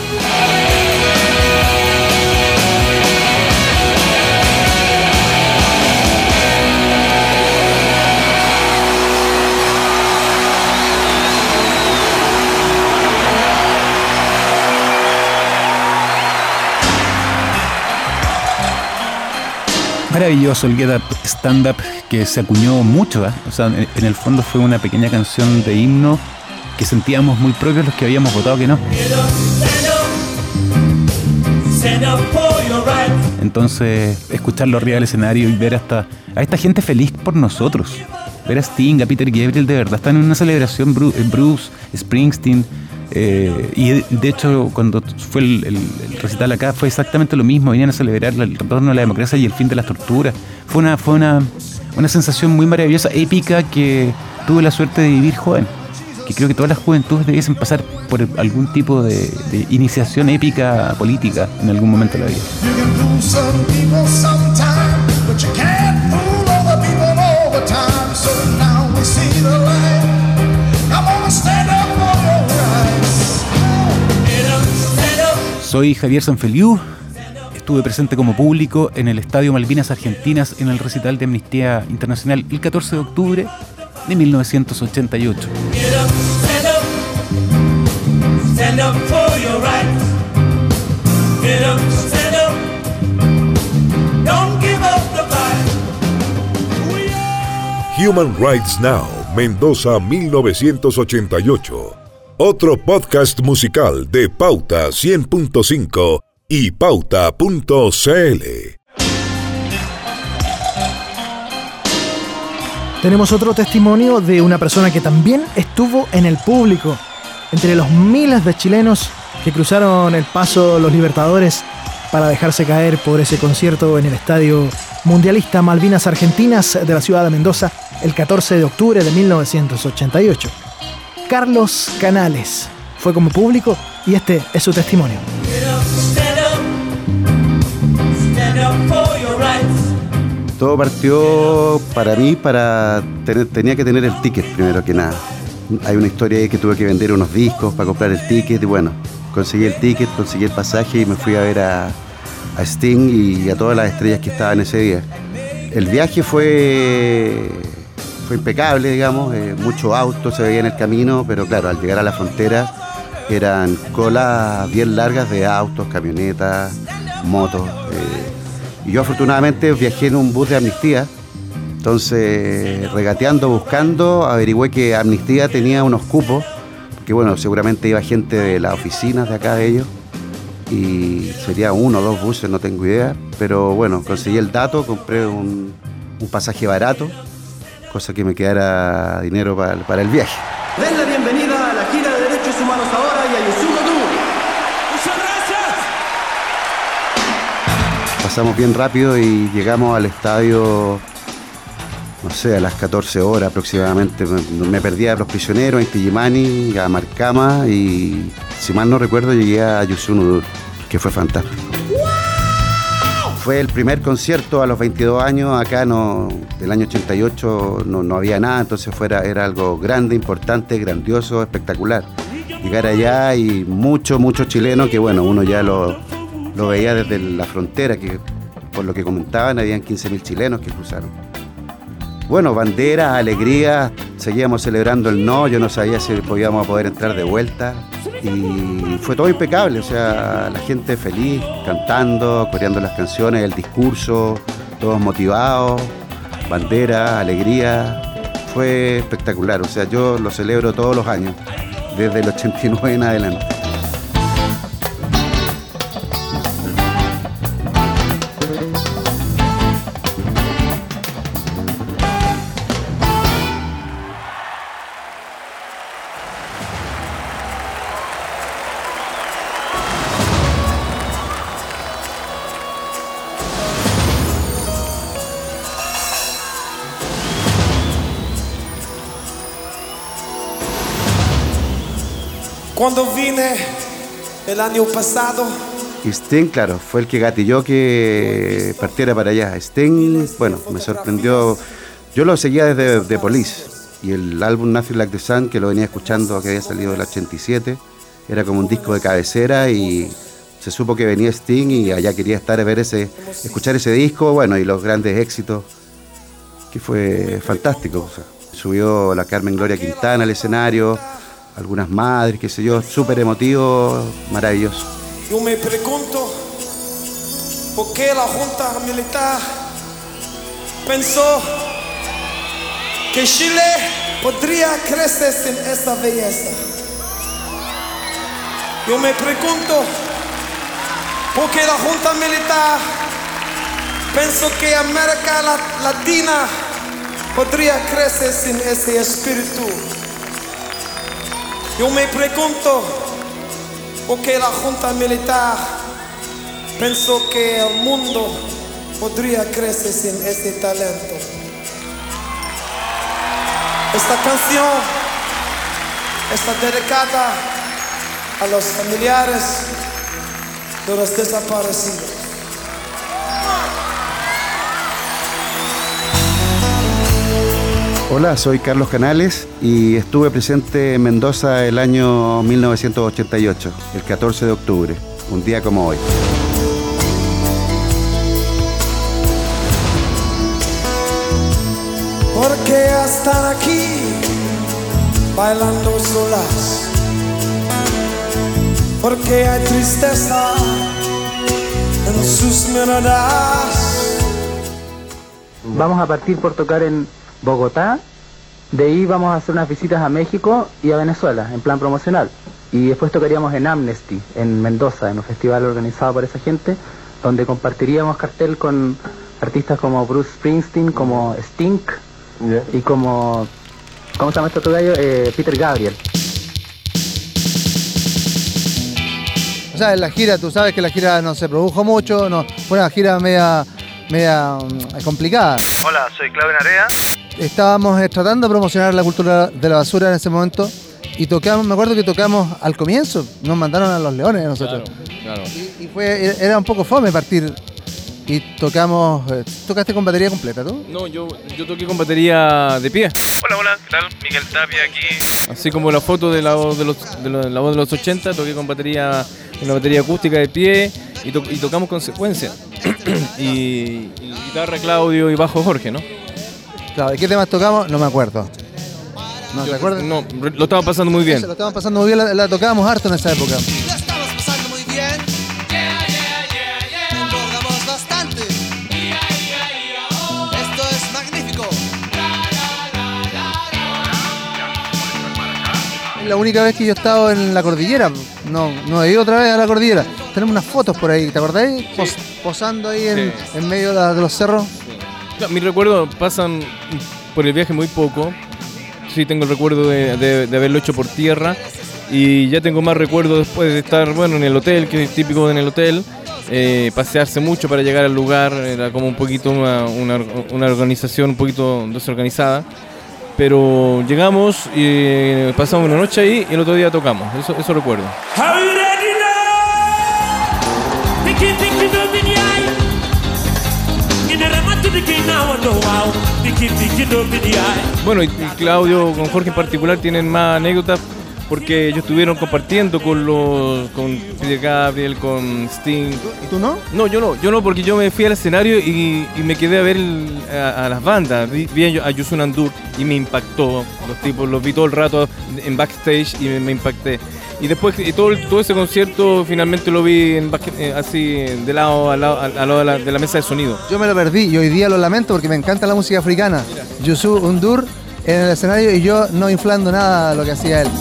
Maravilloso el Get Up Stand Up, que se acuñó mucho, ¿eh? O sea, en, en el fondo fue una pequeña canción de himno que sentíamos muy propios los que habíamos votado que no. Entonces, escucharlo arriba del escenario y ver hasta a esta gente feliz por nosotros. Ver a Sting, a Peter Gabriel, de verdad están en una celebración. Bruce, Bruce Springsteen. Eh, y de hecho, cuando fue el, el, el recital acá, fue exactamente lo mismo. Venían a celebrar el retorno de la democracia y el fin de las torturas. Fue una, fue una, una sensación muy maravillosa, épica, que tuve la suerte de vivir joven. Que creo que todas las juventudes debiesen pasar por algún tipo de, de iniciación épica política en algún momento de la vida. Soy Javier Sanfeliu, estuve presente como público en el Estadio Malvinas Argentinas en el recital de Amnistía Internacional el catorce de octubre de mil novecientos ochenta y ocho. Human Rights Now, Mendoza mil novecientos ochenta y ocho. Otro podcast musical de Pauta cien punto cinco y Pauta punto c l. Tenemos otro testimonio de una persona que también estuvo en el público, entre los miles de chilenos que cruzaron el paso Los Libertadores para dejarse caer por ese concierto en el Estadio Mundialista Malvinas Argentinas de la ciudad de Mendoza el catorce de octubre de mil novecientos ochenta y ocho. Carlos Canales fue como público y este es su testimonio. Todo partió para mí, para tener, tenía que tener el ticket primero que nada. Hay una historia ahí que tuve que vender unos discos para comprar el ticket y bueno, conseguí el ticket, conseguí el pasaje y me fui a ver a, a Sting y a todas las estrellas que estaban ese día. El viaje fue... Fue impecable, digamos, eh, mucho auto se veía en el camino, pero claro, al llegar a la frontera eran colas bien largas de autos, camionetas, motos. Eh, y yo afortunadamente viajé en un bus de Amnistía, entonces regateando, buscando, averigüé que Amnistía tenía unos cupos, porque bueno, seguramente iba gente de las oficinas de acá de ellos, y sería uno o dos buses, no tengo idea, pero bueno, conseguí el dato, compré un, un pasaje barato, cosa que me quedara dinero para, para el viaje. Den la bienvenida a la gira de Derechos Humanos ahora y a Yusuke Tour. ¡Muchas gracias! Pasamos bien rápido y llegamos al estadio, no sé, a las catorce horas aproximadamente. Me, me perdí a Los Prisioneros, a Inti Illimani, a Marcama y, si mal no recuerdo, llegué a Yusuke Tour, que fue fantástico. Fue el primer concierto a los veintidós años, acá no, del año ochenta y ocho no, no había nada, entonces fuera, era algo grande, importante, grandioso, espectacular. Llegar allá y muchos, muchos chilenos que bueno, uno ya lo, lo veía desde la frontera, que por lo que comentaban habían quince mil chilenos que cruzaron. Bueno, banderas, alegría, seguíamos celebrando el no, yo no sabía si podíamos poder entrar de vuelta. Y fue todo impecable, o sea, la gente feliz, cantando, coreando las canciones, el discurso, todos motivados, bandera, alegría, fue espectacular, o sea, yo lo celebro todos los años, desde el ochenta y nueve en adelante. Cuando vine el año pasado. Y Sting, claro, fue el que gatilló que partiera para allá. Sting, bueno, me sorprendió. Yo lo seguía desde The Police. Y el álbum Nothing Like the Sun, que lo venía escuchando, que había salido en el ochenta y siete, era como un disco de cabecera y se supo que venía Sting y allá quería estar a ver ese, escuchar ese disco, bueno, y los grandes éxitos, que fue fantástico. O sea, subió la Carmen Gloria Quintana al escenario, algunas madres, qué sé yo, súper emotivo, maravilloso. Yo me pregunto por qué la Junta Militar pensó que Chile podría crecer sin esta belleza. Yo me pregunto por qué la Junta Militar pensó que América Latina podría crecer sin ese espíritu. Yo me pregunto por qué la Junta Militar pensó que el mundo podría crecer sin ese talento. Esta canción está dedicada a los familiares de los desaparecidos. Hola, soy Carlos Canales y estuve presente en Mendoza el año mil novecientos ochenta y ocho, el catorce de octubre, un día como hoy. Porque están aquí bailando solas, porque hay tristeza en sus miradas. Vamos a partir por tocar en Bogotá, de ahí vamos a hacer unas visitas a México y a Venezuela en plan promocional, y después tocaríamos en Amnesty en Mendoza, en un festival organizado por esa gente, donde compartiríamos cartel con artistas como Bruce Springsteen, como Sting, yeah, y como, ¿cómo se llama este otro gallo? Eh, Peter Gabriel. O sea, en la gira, tú sabes que la gira no se produjo mucho, no, fue una gira media, media um, complicada. Hola, soy Claudio Narea. Estábamos eh, tratando de promocionar la cultura de la basura en ese momento y tocamos, me acuerdo que tocamos al comienzo, nos mandaron a Los Leones a nosotros. Claro, claro. Y, y fue, era un poco fome partir y tocamos, eh, ¿tocaste con batería completa tú? No, yo, yo toqué con batería de pie. Hola, hola, ¿qué tal? Miguel Tapia aquí. Así como la foto de la voz de los, de la, la voz de los ochenta, toqué con batería, una batería acústica de pie y, to, y tocamos con secuencia. y, y guitarra Claudio y bajo Jorge, ¿no? Claro, ¿y qué temas tocamos? No me acuerdo. ¿No Yo, te acuerdas? No, lo estaba pasando muy bien. Eso, lo estábamos pasando muy bien, la, la tocábamos harto en esa época. Lo estamos pasando muy bien. Yeah, yeah, yeah, yeah. Tocamos bastante. Yeah, yeah, yeah, oh. Esto es magnífico. Es la única vez que yo he estado en la cordillera. No, no he ido otra vez a la cordillera. Tenemos unas fotos por ahí, ¿te acordáis? Sí. Pos, posando ahí en, sí, en medio de, la, de los cerros. Sí. Mis recuerdos pasan por el viaje muy poco. Sí, tengo el recuerdo de, de, de haberlo hecho por tierra. Y ya tengo más recuerdos después de estar, bueno, en el hotel, que es típico en el hotel. Eh, pasearse mucho para llegar al lugar. Era como un poquito una, una, una organización un poquito desorganizada. Pero llegamos y pasamos una noche ahí y el otro día tocamos. Eso, eso recuerdo. Bueno, y Claudio con Jorge en particular tienen más anécdotas porque ellos estuvieron compartiendo con los con Peter Gabriel, con Sting. ¿Y tú no? No, yo no, yo no, porque yo me fui al escenario y, y me quedé a ver el, a, a las bandas. Vi, vi a Yusun Andur y me impactó. Los tipos los vi todo el rato en backstage y me, me impacté. Y después y todo, todo ese concierto finalmente lo vi en back, eh, así de lado al lado, al lado de, la, de la mesa de sonido. Yo me lo perdí y hoy día lo lamento porque me encanta la música africana. Yusun Andur en el escenario y yo no inflando nada lo que hacía él.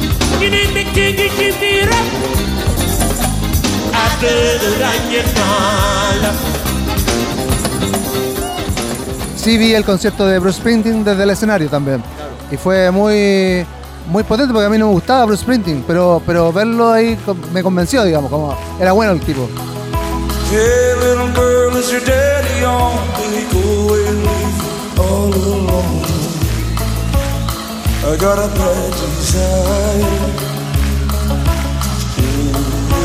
Sí vi el concierto de Bruce Springsteen desde el escenario también. Claro. Y fue muy, muy potente porque a mí no me gustaba Bruce Springsteen, pero, pero verlo ahí me convenció, digamos, como era bueno el tipo. Hey, little girl, is your daddy on? Did he go away and leave you all alone? I got a bad desire.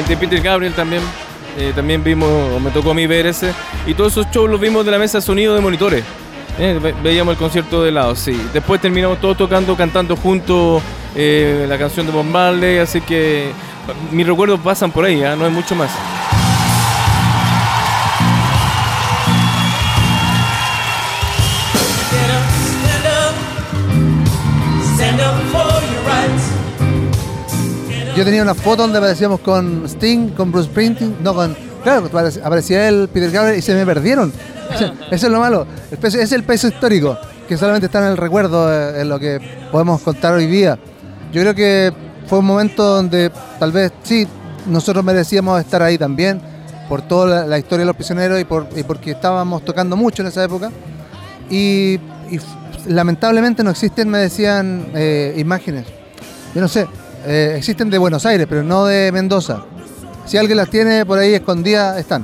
de Peter Gabriel también. Eh, también vimos, o me tocó a mí ver ese. Y todos esos shows los vimos de la mesa de sonido de monitores. Eh, ve, veíamos el concierto de lado, sí. Después terminamos todos tocando, cantando juntos eh, la canción de Bob Marley. Así que mis recuerdos pasan por ahí, ¿eh? No hay mucho más. Yo tenía una foto donde aparecíamos con Sting, con Bruce Springsteen, no con... Claro, aparecía él, Peter Gabriel, y se me perdieron. Eso es lo malo. El peso, es el peso histórico, que solamente está en el recuerdo, en lo que podemos contar hoy día. Yo creo que fue un momento donde tal vez, sí, nosotros merecíamos estar ahí también, por toda la, la historia de los prisioneros y, por, y porque estábamos tocando mucho en esa época. Y, y lamentablemente no existen, me decían, eh, imágenes. Yo no sé. Eh, existen de Buenos Aires, pero no de Mendoza. Si alguien las tiene por ahí escondidas, están.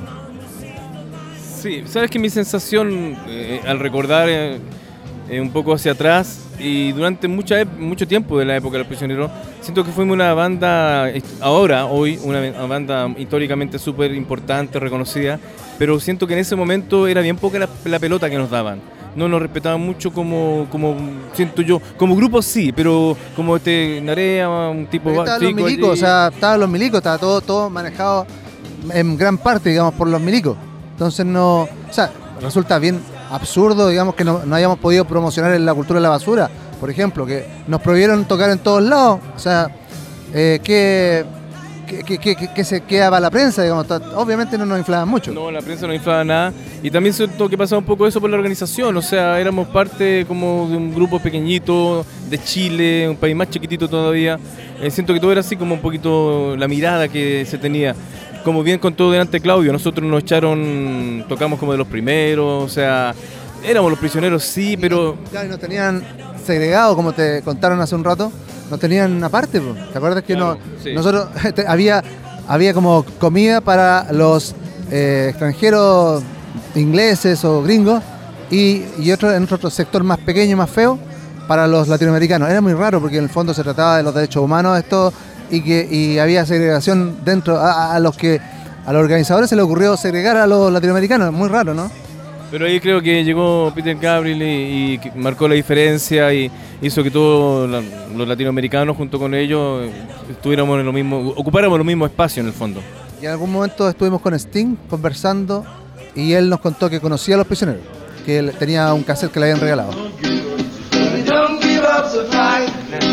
Sí, sabes que mi sensación eh, al recordar eh, eh, un poco hacia atrás y durante mucha ep- mucho tiempo de la época de Los Prisioneros, siento que fuimos una banda, ahora, hoy, una, una banda históricamente súper importante, reconocida, pero siento que en ese momento era bien poca la, la pelota que nos daban. No nos respetaban mucho como, como siento yo, como grupo sí, pero como este Narea, un tipo estaban los milicos, o sea, estaban los milicos, estaba todo, todo manejado en gran parte, digamos, por los milicos. Entonces no, o sea, resulta bien absurdo, digamos, que no, no hayamos podido promocionar en la cultura de la basura, por ejemplo, que nos prohibieron tocar en todos lados, o sea, eh, que... Que, que, que, que se quedaba la prensa, digamos, obviamente no nos inflaban mucho. No, la prensa no inflaba nada. Y también siento que pasaba un poco eso por la organización, o sea, éramos parte como de un grupo pequeñito de Chile, un país más chiquitito todavía. Eh, siento que todo era así como un poquito la mirada que se tenía. Como bien contó delante Claudio, nosotros nos echaron, tocamos como de los primeros, o sea, éramos los prisioneros, sí, pero... Claro, y nos tenían segregados, como te contaron hace un rato. No tenían aparte, bro. ¿Te acuerdas que claro, no, sí. nosotros te, había, había como comida para los eh, extranjeros ingleses o gringos y, y otro en otro sector más pequeño, más feo, para los latinoamericanos? Era muy raro porque en el fondo se trataba de los derechos humanos esto y que y había segregación dentro a, a los que a los organizadores se les ocurrió segregar a los latinoamericanos. Muy raro, ¿no? Pero ahí creo que llegó Peter Gabriel y, y marcó la diferencia y hizo que todos la, los latinoamericanos junto con ellos estuviéramos en lo mismo, ocupáramos el mismo espacio en el fondo. Y en algún momento estuvimos con Sting conversando y él nos contó que conocía a Los Prisioneros, que él tenía un cassette que le habían regalado. Don't give up the fight.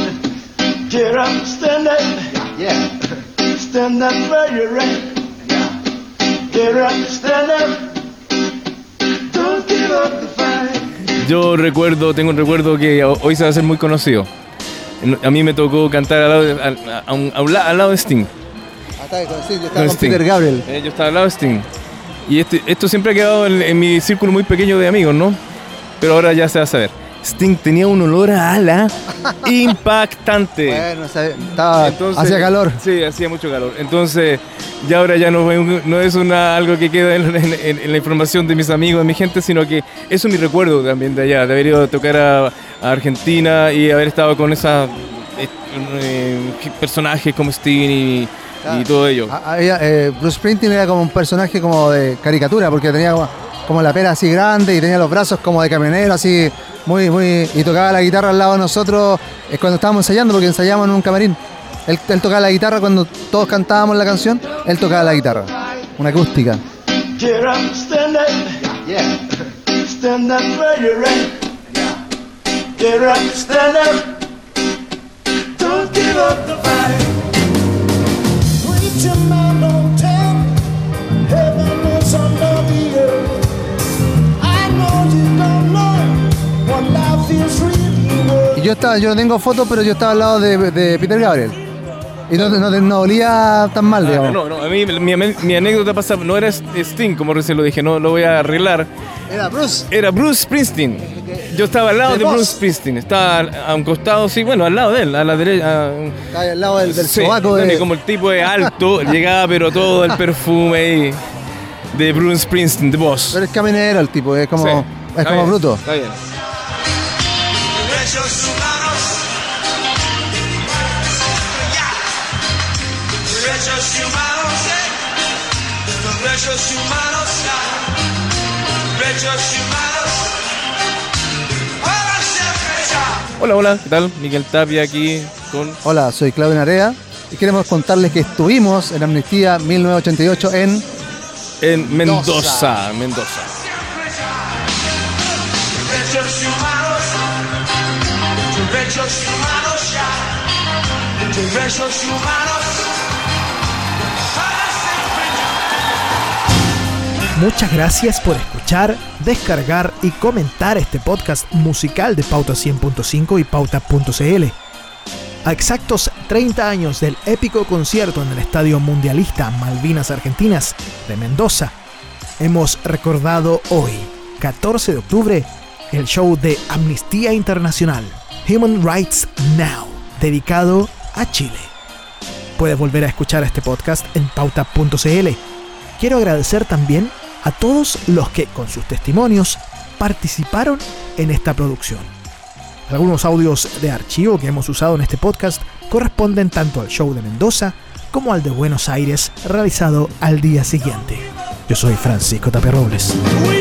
Get up, stand up. Yeah. Stand up where you're right. Get up, stand up. Yo recuerdo, tengo un recuerdo que hoy se va a hacer muy conocido. A mí me tocó cantar al lado de, a, a un, a un, al lado de Sting. Ah, está, sí, yo estaba con Peter Gabriel. Eh, yo estaba al lado de Sting. Y este, esto siempre ha quedado en, en mi círculo muy pequeño de amigos, ¿no? Pero ahora ya se va a saber. Sting tenía un olor a ala impactante. Bueno, estaba, Entonces, hacía calor. Sí, hacía mucho calor. Entonces, ya ahora ya no, no es una, algo que queda en, en, en la información de mis amigos, de mi gente, sino que eso es mi recuerdo también de allá, de haber ido a tocar a, a Argentina y haber estado con esos eh, eh, personajes como Sting y, claro. y todo ello. Había, eh, Bruce Springsteen era como un personaje como de caricatura, porque tenía como, como la pera así grande y tenía los brazos como de camionero, así... Muy, muy, y tocaba la guitarra al lado de nosotros es cuando estábamos ensayando, porque ensayábamos en un camarín. Él, él tocaba la guitarra cuando todos cantábamos la canción, él tocaba la guitarra, una acústica. Get up, stand up. Yeah. Stand up where you're right. Get up, stand up. Don't give up the fight. Preacher man, don't tell. Heaven is under the earth. I know you don't know. Y yo estaba, yo no tengo fotos, pero yo estaba al lado de, de Peter Gabriel. Y no, no, no olía tan mal, digamos. Ah, no, no, a mí mi, mi anécdota pasa, no era Sting, como recién lo dije, no lo voy a arreglar. Era Bruce. Era Bruce Springsteen. Yo estaba al lado de, de Bruce Springsteen. Estaba a un costado, sí, bueno, al lado de él, a la derecha. Estaba al lado del, del sí, sobaco de... Como el tipo es alto, llegaba pero todo el perfume ahí de Bruce Springsteen, de voz. Pero es caminero el tipo, es como, sí, es como bien, bruto. Está bien. Derechos humanos, derechos humanos derechos humanos, derechos humanos, para siempre ya. Hola, hola, ¿qué tal? Miguel Tapia aquí con... Hola, soy Claudio Narea y queremos contarles que estuvimos en Amnistía mil novecientos ochenta y ocho en... En Mendoza, Mendoza. Derechos humanos, derechos humanos, derechos humanos. Muchas gracias por escuchar, descargar y comentar este podcast musical de Pauta cien punto cinco y Pauta punto cl. A exactos treinta años del épico concierto en el Estadio Mundialista Malvinas Argentinas de Mendoza, hemos recordado hoy, catorce de octubre, el show de Amnistía Internacional, Human Rights Now, dedicado a Chile. Puedes volver a escuchar este podcast en Pauta punto cl. Quiero agradecer también a todos los que, con sus testimonios, participaron en esta producción. Algunos audios de archivo que hemos usado en este podcast corresponden tanto al show de Mendoza como al de Buenos Aires, realizado al día siguiente. Yo soy Francisco Tapia Robles.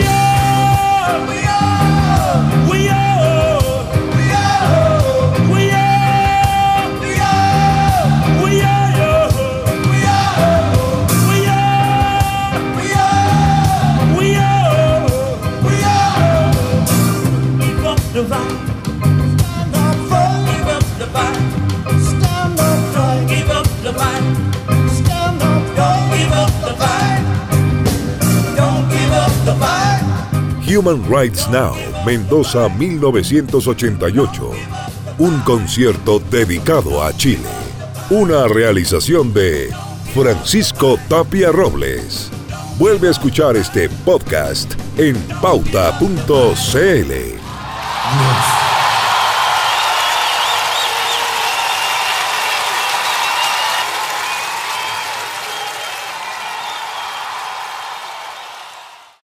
Human Rights Now, Mendoza mil novecientos ochenta y ocho. Un concierto dedicado a Chile. Una realización de Francisco Tapia Robles. Vuelve a escuchar este podcast en Pauta punto cl.